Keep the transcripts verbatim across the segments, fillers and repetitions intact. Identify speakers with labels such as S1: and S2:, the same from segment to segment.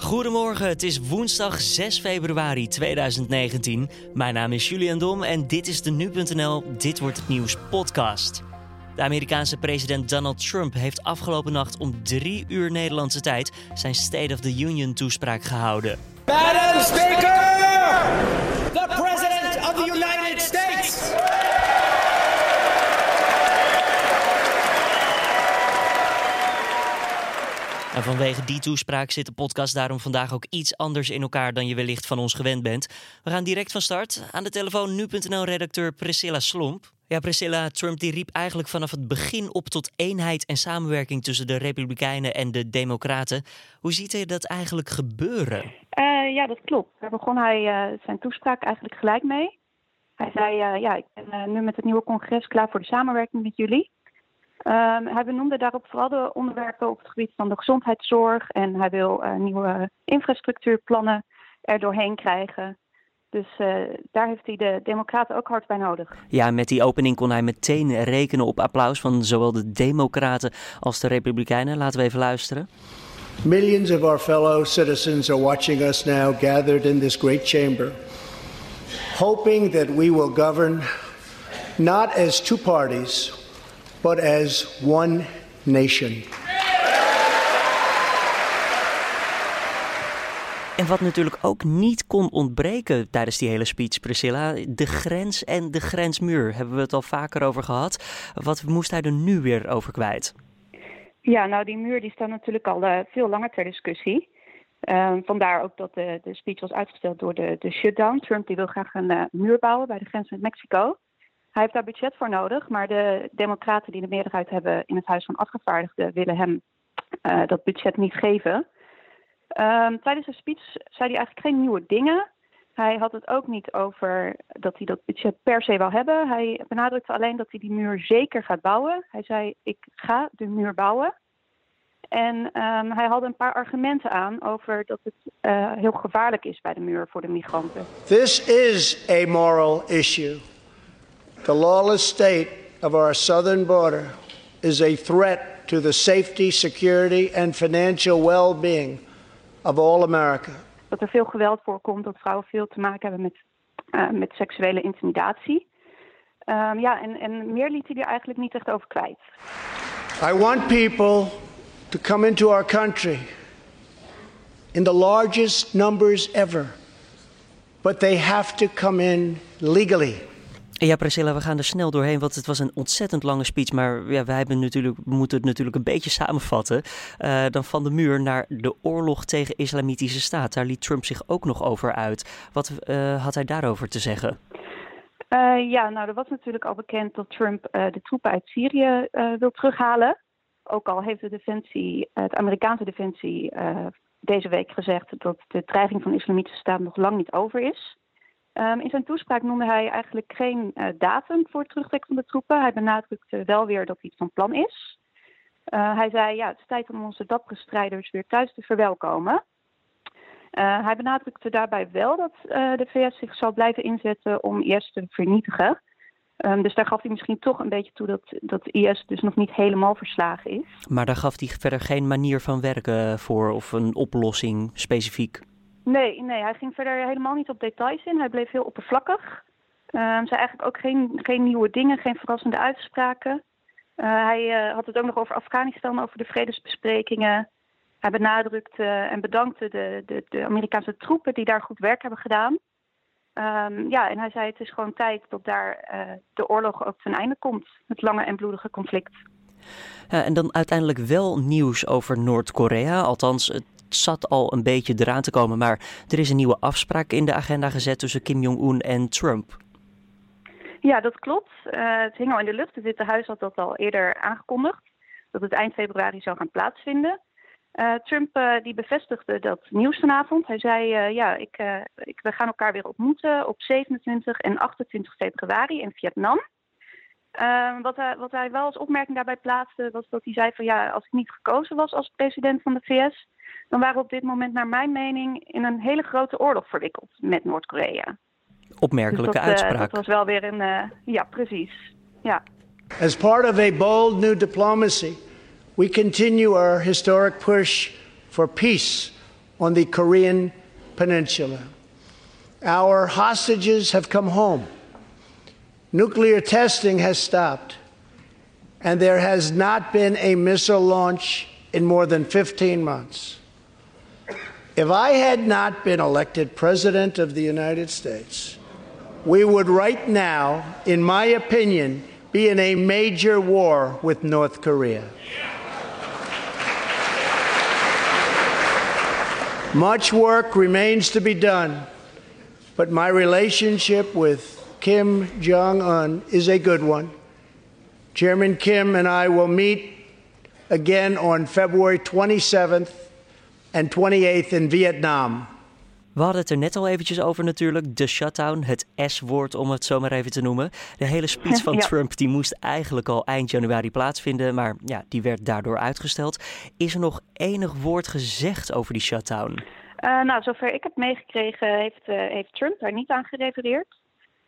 S1: Goedemorgen, het is woensdag zes februari tweeduizend negentien. Mijn naam is Julian Dom en dit is de Nu punt N L Dit Wordt Het Nieuws podcast. De Amerikaanse president Donald Trump heeft afgelopen nacht om drie uur Nederlandse tijd zijn State of the Union toespraak gehouden.
S2: Madam Speaker, the President of the United States.
S1: En vanwege die toespraak zit de podcast daarom vandaag ook iets anders in elkaar dan je wellicht van ons gewend bent. We gaan direct van start. Aan de telefoon Nu punt N L-redacteur Priscilla Slomp. Ja, Priscilla, Trump die riep eigenlijk vanaf het begin op tot eenheid en samenwerking tussen de Republikeinen en de Democraten. Hoe ziet hij dat eigenlijk gebeuren?
S3: Uh, ja, dat klopt. Daar begon hij uh, zijn toespraak eigenlijk gelijk mee. Hij zei, uh, ja, ik ben uh, nu met het nieuwe congres klaar voor de samenwerking met jullie. Um, hij benoemde daarop vooral de onderwerpen op het gebied van de gezondheidszorg. En hij wil uh, nieuwe infrastructuurplannen er doorheen krijgen. Dus uh, daar heeft hij de Democraten ook hard bij nodig.
S1: Ja, met die opening kon hij meteen rekenen op applaus van zowel de Democraten als de Republikeinen. Laten we even luisteren.
S4: Millions of our fellow citizens are watching us now gathered in this great chamber, hoping that we will govern not as two parties, but as one nation.
S1: En wat natuurlijk ook niet kon ontbreken tijdens die hele speech, Priscilla, de grens en de grensmuur. Hebben we het al vaker over gehad. Wat moest hij er nu weer over kwijt?
S3: Ja, nou die muur die staat natuurlijk al uh, veel langer ter discussie. Uh, vandaar ook dat de, de speech was uitgesteld door de, de shutdown. Trump die wil graag een uh, muur bouwen bij de grens met Mexico. Hij heeft daar budget voor nodig, maar de democraten die de meerderheid hebben in het Huis van Afgevaardigden willen hem uh, dat budget niet geven. Um, tijdens de speech zei hij eigenlijk geen nieuwe dingen. Hij had het ook niet over dat hij dat budget per se wil hebben. Hij benadrukte alleen dat hij die muur zeker gaat bouwen. Hij zei, ik ga de muur bouwen. En um, hij haalde een paar argumenten aan over dat het uh, heel gevaarlijk is bij de muur voor de migranten.
S4: This is a moral issue. The lawless state of our southern border is a threat to the safety, security and financial well-being of all America.
S3: Dat er veel geweld voorkomt, dat vrouwen veel te maken hebben met, uh, met seksuele intimidatie. Um, ja, en, en meer liet hij er eigenlijk niet echt over kwijt.
S4: I want people to come into our country in the largest numbers ever, but they have to come in legally.
S1: Ja, Priscilla, we gaan er snel doorheen, want het was een ontzettend lange speech. Maar ja, wij hebben natuurlijk, we moeten het natuurlijk een beetje samenvatten. Uh, dan van de muur naar de oorlog tegen Islamitische Staat. Daar liet Trump zich ook nog over uit. Wat uh, had hij daarover te zeggen?
S3: Uh, ja, nou, er was natuurlijk al bekend dat Trump uh, de troepen uit Syrië uh, wil terughalen. Ook al heeft de defensie, uh, het Amerikaanse defensie uh, deze week gezegd dat de dreiging van de Islamitische Staat nog lang niet over is. Um, in zijn toespraak noemde hij eigenlijk geen uh, datum voor het terugtrekken van de troepen. Hij benadrukte wel weer dat hij het van plan is. Uh, hij zei, ja, het is tijd om onze dappere strijders weer thuis te verwelkomen. Uh, hij benadrukte daarbij wel dat uh, de V S zich zal blijven inzetten om I S te vernietigen. Um, dus daar gaf hij misschien toch een beetje toe dat, dat I S dus nog niet helemaal verslagen is.
S1: Maar daar gaf hij verder geen manier van werken voor of een oplossing specifiek?
S3: Nee, nee, hij ging verder helemaal niet op details in. Hij bleef heel oppervlakkig. Uh, zei eigenlijk ook geen, geen nieuwe dingen, geen verrassende uitspraken. Uh, hij uh, had het ook nog over Afghanistan, over de vredesbesprekingen. Hij benadrukte en bedankte de, de, de Amerikaanse troepen die daar goed werk hebben gedaan. Um, ja, en hij zei het is gewoon tijd dat daar uh, de oorlog ook ten einde komt. Het lange en bloedige conflict.
S1: Ja, en dan uiteindelijk wel nieuws over Noord-Korea. Althans, het zat al een beetje eraan te komen. Maar er is een nieuwe afspraak in de agenda gezet tussen Kim Jong-un en Trump.
S3: Ja, dat klopt. Uh, het hing al in de lucht. Het Witte Huis had dat al eerder aangekondigd. Dat het eind februari zou gaan plaatsvinden. Uh, Trump uh, die bevestigde dat nieuws vanavond. Hij zei, uh, ja, ik, uh, ik, we gaan elkaar weer ontmoeten op zevenentwintig en achtentwintig februari in Vietnam. Uh, wat, hij, wat hij wel als opmerking daarbij plaatste, was dat hij zei van ja, als ik niet gekozen was als president van de V S, dan waren we op dit moment naar mijn mening in een hele grote oorlog verwikkeld met Noord-Korea.
S1: Opmerkelijke
S3: dus dat,
S1: uitspraak.
S3: Uh, dat was wel weer een, uh, ja precies, ja.
S4: As part of a bold new diplomacy, we continue our historic push for peace on the Korean Peninsula. Our hostages have come home. Nuclear testing has stopped. And there has not been a missile launch in more than fifteen months. If I had not been elected President of the United States, we would right now, in my opinion, be in a major war with North Korea. Much work remains to be done, but my relationship with Kim Jong-un is a good one. Chairman Kim and I will meet again on February twenty-seventh and twenty-eighth in Vietnam.
S1: We hadden het er net al eventjes over natuurlijk. De shutdown, het S-woord om het zo maar even te noemen. De hele speech van ja. Trump die moest eigenlijk al eind januari plaatsvinden. Maar ja, die werd daardoor uitgesteld. Is er nog enig woord gezegd over die shutdown?
S3: Uh, nou, zover ik heb meegekregen heeft, uh, heeft Trump daar niet aan gerefereerd.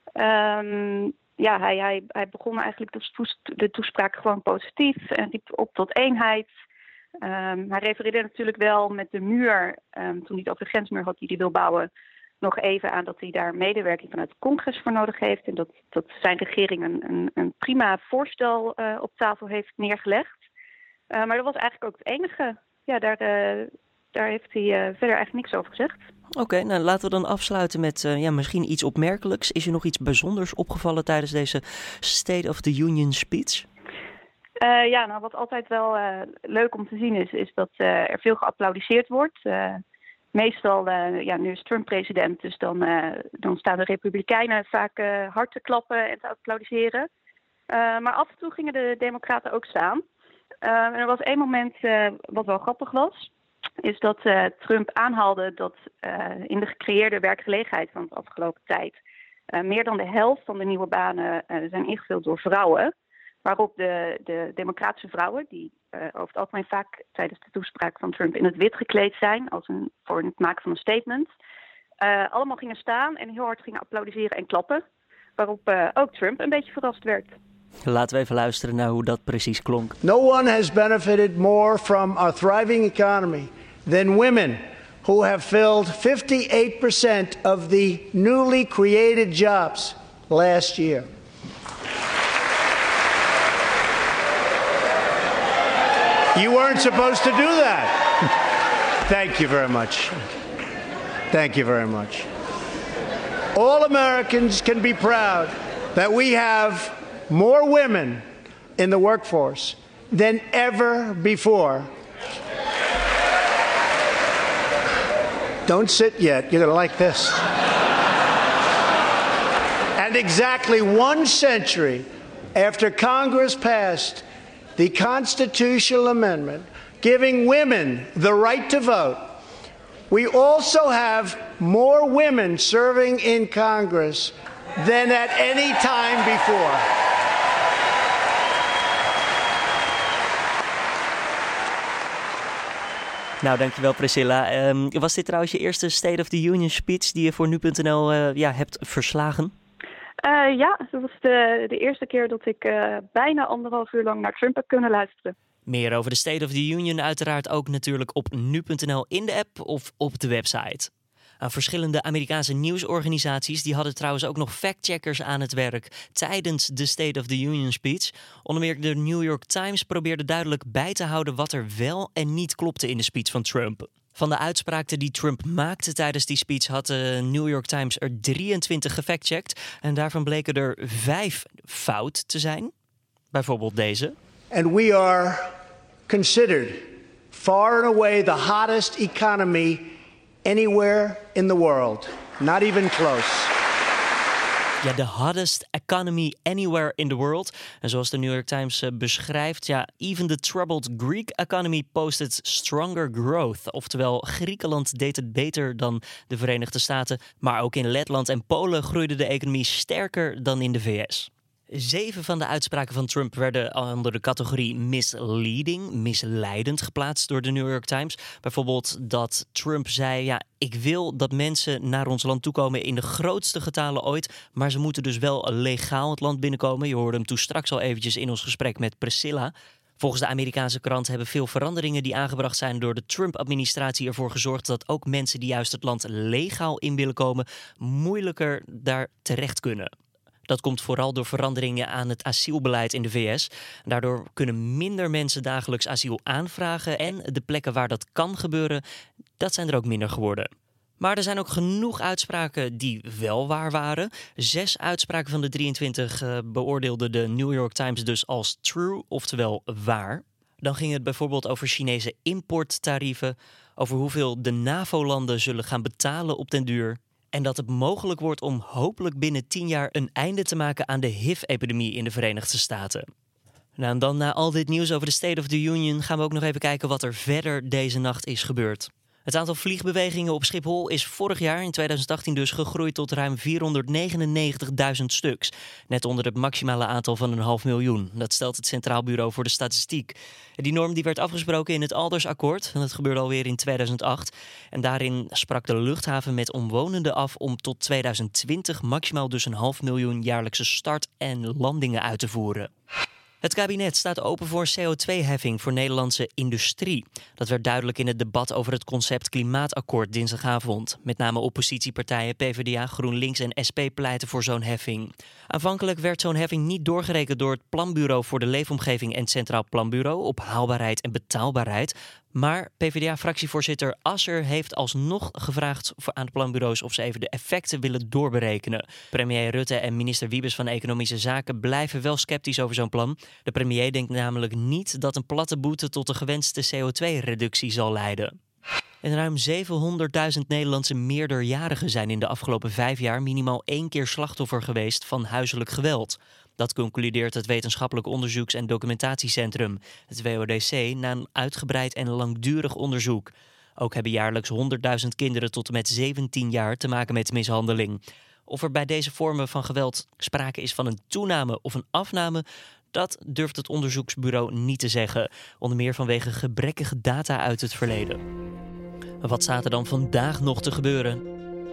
S3: Um, ja, hij, hij, hij begon eigenlijk de, toes, de toespraak gewoon positief en riep op tot eenheid. Um, hij refereerde natuurlijk wel met de muur, um, toen hij het over de grensmuur had die hij wil bouwen, nog even aan dat hij daar medewerking vanuit het congres voor nodig heeft. En dat, dat zijn regering een, een, een prima voorstel uh, op tafel heeft neergelegd. Uh, maar dat was eigenlijk ook het enige. Ja, daar, uh, daar heeft hij uh, verder eigenlijk niks over gezegd.
S1: Oké, okay, nou laten we dan afsluiten met uh, ja, misschien iets opmerkelijks. Is er nog iets bijzonders opgevallen tijdens deze State of the Union speech?
S3: Uh, ja, nou wat altijd wel uh, leuk om te zien is, is dat uh, er veel geapplaudiseerd wordt. Uh, meestal, uh, ja, nu is Trump president, dus dan, uh, dan staan de Republikeinen vaak uh, hard te klappen en te applaudisseren. Uh, maar af en toe gingen de Democraten ook staan. Uh, en er was één moment uh, wat wel grappig was, is dat uh, Trump aanhaalde dat uh, in de gecreëerde werkgelegenheid van de afgelopen tijd uh, meer dan de helft van de nieuwe banen uh, zijn ingevuld door vrouwen. Waarop de, de democratische vrouwen, die uh, over het algemeen vaak tijdens de toespraak van Trump in het wit gekleed zijn, als een, voor het maken van een statement, uh, allemaal gingen staan en heel hard gingen applaudisseren en klappen. Waarop uh, ook Trump een beetje verrast werd.
S1: Laten we even luisteren naar hoe dat precies klonk.
S4: No one has benefited more from our thriving economy than women who have filled fifty-eight percent of the newly created jobs last year. You weren't supposed to do that. Thank you very much. Thank you very much. All Americans can be proud that we have more women in the workforce than ever before. Don't sit yet. You're going to like this. And exactly one century after Congress passed the constitutional amendment giving women the right to vote, we also have more women serving in Congress than at any time before.
S1: Nou, dankjewel Priscilla. Um, was dit trouwens je eerste State of the Union speech die je voor nu punt n l uh, ja, hebt verslagen?
S3: Uh, ja, dat was de, de eerste keer dat ik uh, bijna anderhalf uur lang naar Trump heb kunnen luisteren.
S1: Meer over de State of the Union uiteraard ook natuurlijk op nu punt n l in de app of op de website. Aan verschillende Amerikaanse nieuwsorganisaties die hadden trouwens ook nog factcheckers aan het werk tijdens de State of the Union speech. Onder meer de New York Times probeerde duidelijk bij te houden wat er wel en niet klopte in de speech van Trump. Van de uitspraken die Trump maakte tijdens die speech had de New York Times er drieëntwintig gefactcheckt. En daarvan bleken er vijf fout te zijn. Bijvoorbeeld deze.
S4: And we are considered far and away the hottest economy anywhere in the world. Not even close.
S1: Ja, the hottest economy anywhere in the world. En zoals de New York Times uh, beschrijft, ja, even the troubled Greek economy posted stronger growth. Oftewel, Griekenland deed het beter dan de Verenigde Staten. Maar ook in Letland en Polen groeide de economie sterker dan in de V S. Zeven van de uitspraken van Trump werden onder de categorie misleading, misleidend geplaatst door de New York Times. Bijvoorbeeld dat Trump zei, ja, ik wil dat mensen naar ons land toekomen in de grootste getalen ooit, maar ze moeten dus wel legaal het land binnenkomen. Je hoorde hem toen straks al eventjes in ons gesprek met Priscilla. Volgens de Amerikaanse krant hebben veel veranderingen die aangebracht zijn door de Trump-administratie ervoor gezorgd dat ook mensen die juist het land legaal in willen komen, moeilijker daar terecht kunnen. Dat komt vooral door veranderingen aan het asielbeleid in de V S. Daardoor kunnen minder mensen dagelijks asiel aanvragen en de plekken waar dat kan gebeuren, dat zijn er ook minder geworden. Maar er zijn ook genoeg uitspraken die wel waar waren. Zes uitspraken van de drieëntwintig uh, beoordeelde de New York Times dus als true, oftewel waar. Dan ging het bijvoorbeeld over Chinese importtarieven, over hoeveel de NAVO-landen zullen gaan betalen op den duur. En dat het mogelijk wordt om hopelijk binnen tien jaar een einde te maken aan de H I V-epidemie in de Verenigde Staten. Nou, en dan na al dit nieuws over de State of the Union gaan we ook nog even kijken wat er verder deze nacht is gebeurd. Het aantal vliegbewegingen op Schiphol is vorig jaar, in tweeduizend achttien dus, gegroeid tot ruim vierhonderdnegenennegentigduizend stuks. Net onder het maximale aantal van een half miljoen. Dat stelt het Centraal Bureau voor de Statistiek. Die norm die werd afgesproken in het Aldersakkoord. En dat gebeurde alweer in tweeduizend acht. En daarin sprak de luchthaven met omwonenden af om tot tweeduizend twintig maximaal dus een half miljoen jaarlijkse start- en landingen uit te voeren. Het kabinet staat open voor C O twee heffing voor Nederlandse industrie. Dat werd duidelijk in het debat over het concept klimaatakkoord dinsdagavond. Met name oppositiepartijen P V D A, GroenLinks en S P pleiten voor zo'n heffing. Aanvankelijk werd zo'n heffing niet doorgerekend door het Planbureau voor de Leefomgeving en het Centraal Planbureau op haalbaarheid en betaalbaarheid. Maar P V D A-fractievoorzitter Asser heeft alsnog gevraagd aan de planbureaus of ze even de effecten willen doorberekenen. Premier Rutte en minister Wiebes van Economische Zaken blijven wel sceptisch over zo'n plan. De premier denkt namelijk niet dat een platte boete tot de gewenste C O twee reductie zal leiden. En ruim zevenhonderdduizend Nederlandse meerderjarigen zijn in de afgelopen vijf jaar minimaal één keer slachtoffer geweest van huiselijk geweld. Dat concludeert het Wetenschappelijk Onderzoeks- en Documentatiecentrum, het W O D C, na een uitgebreid en langdurig onderzoek. Ook hebben jaarlijks honderdduizend kinderen tot en met zeventien jaar te maken met mishandeling. Of er bij deze vormen van geweld sprake is van een toename of een afname, dat durft het onderzoeksbureau niet te zeggen. Onder meer vanwege gebrekkige data uit het verleden. Maar wat staat er dan vandaag nog te gebeuren?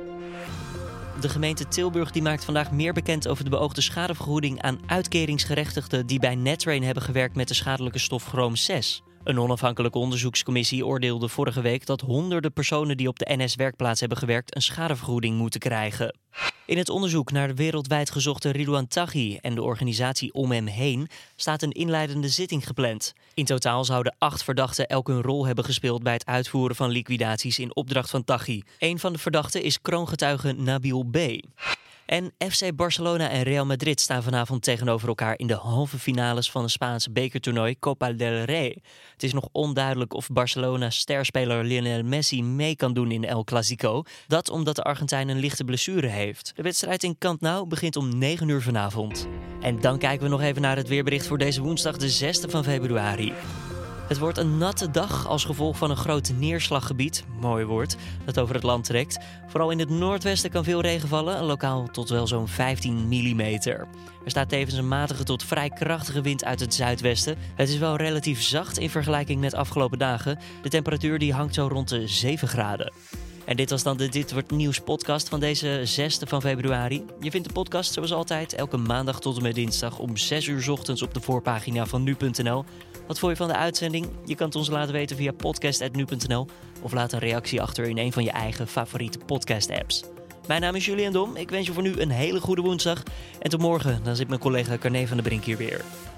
S1: De gemeente Tilburg die maakt vandaag meer bekend over de beoogde schadevergoeding aan uitkeringsgerechtigden die bij Nettrain hebben gewerkt met de schadelijke stof chroom zes. Een onafhankelijke onderzoekscommissie oordeelde vorige week dat honderden personen die op de N S-werkplaats hebben gewerkt een schadevergoeding moeten krijgen. In het onderzoek naar de wereldwijd gezochte Ridouan Taghi en de organisatie om hem heen staat een inleidende zitting gepland. In totaal zouden acht verdachten elk een rol hebben gespeeld bij het uitvoeren van liquidaties in opdracht van Taghi. Een van de verdachten is kroongetuige Nabil B. En F C Barcelona en Real Madrid staan vanavond tegenover elkaar in de halve finales van een Spaanse bekertoernooi Copa del Rey. Het is nog onduidelijk of Barcelona's sterspeler Lionel Messi mee kan doen in El Clasico. Dat omdat de Argentijn een lichte blessure heeft. De wedstrijd in Camp Nou begint om negen uur vanavond. En dan kijken we nog even naar het weerbericht voor deze woensdag, de zesde van februari. Het wordt een natte dag als gevolg van een groot neerslaggebied, mooi woord, dat over het land trekt. Vooral in het noordwesten kan veel regen vallen, lokaal tot wel zo'n vijftien millimeter. Er staat tevens een matige tot vrij krachtige wind uit het zuidwesten. Het is wel relatief zacht in vergelijking met afgelopen dagen. De temperatuur die hangt zo rond de zeven graden. En dit was dan de Dit Wordt Nieuws podcast van deze zesde van februari. Je vindt de podcast zoals altijd elke maandag tot en met dinsdag om zes uur 's ochtends op de voorpagina van nu punt n l. Wat vond je van de uitzending? Je kan het ons laten weten via podcast apenstaartje nu punt n l of laat een reactie achter in een van je eigen favoriete podcast-apps. Mijn naam is Julian Dom. Ik wens je voor nu een hele goede woensdag. En tot morgen, dan zit mijn collega Carne van der Brink hier weer.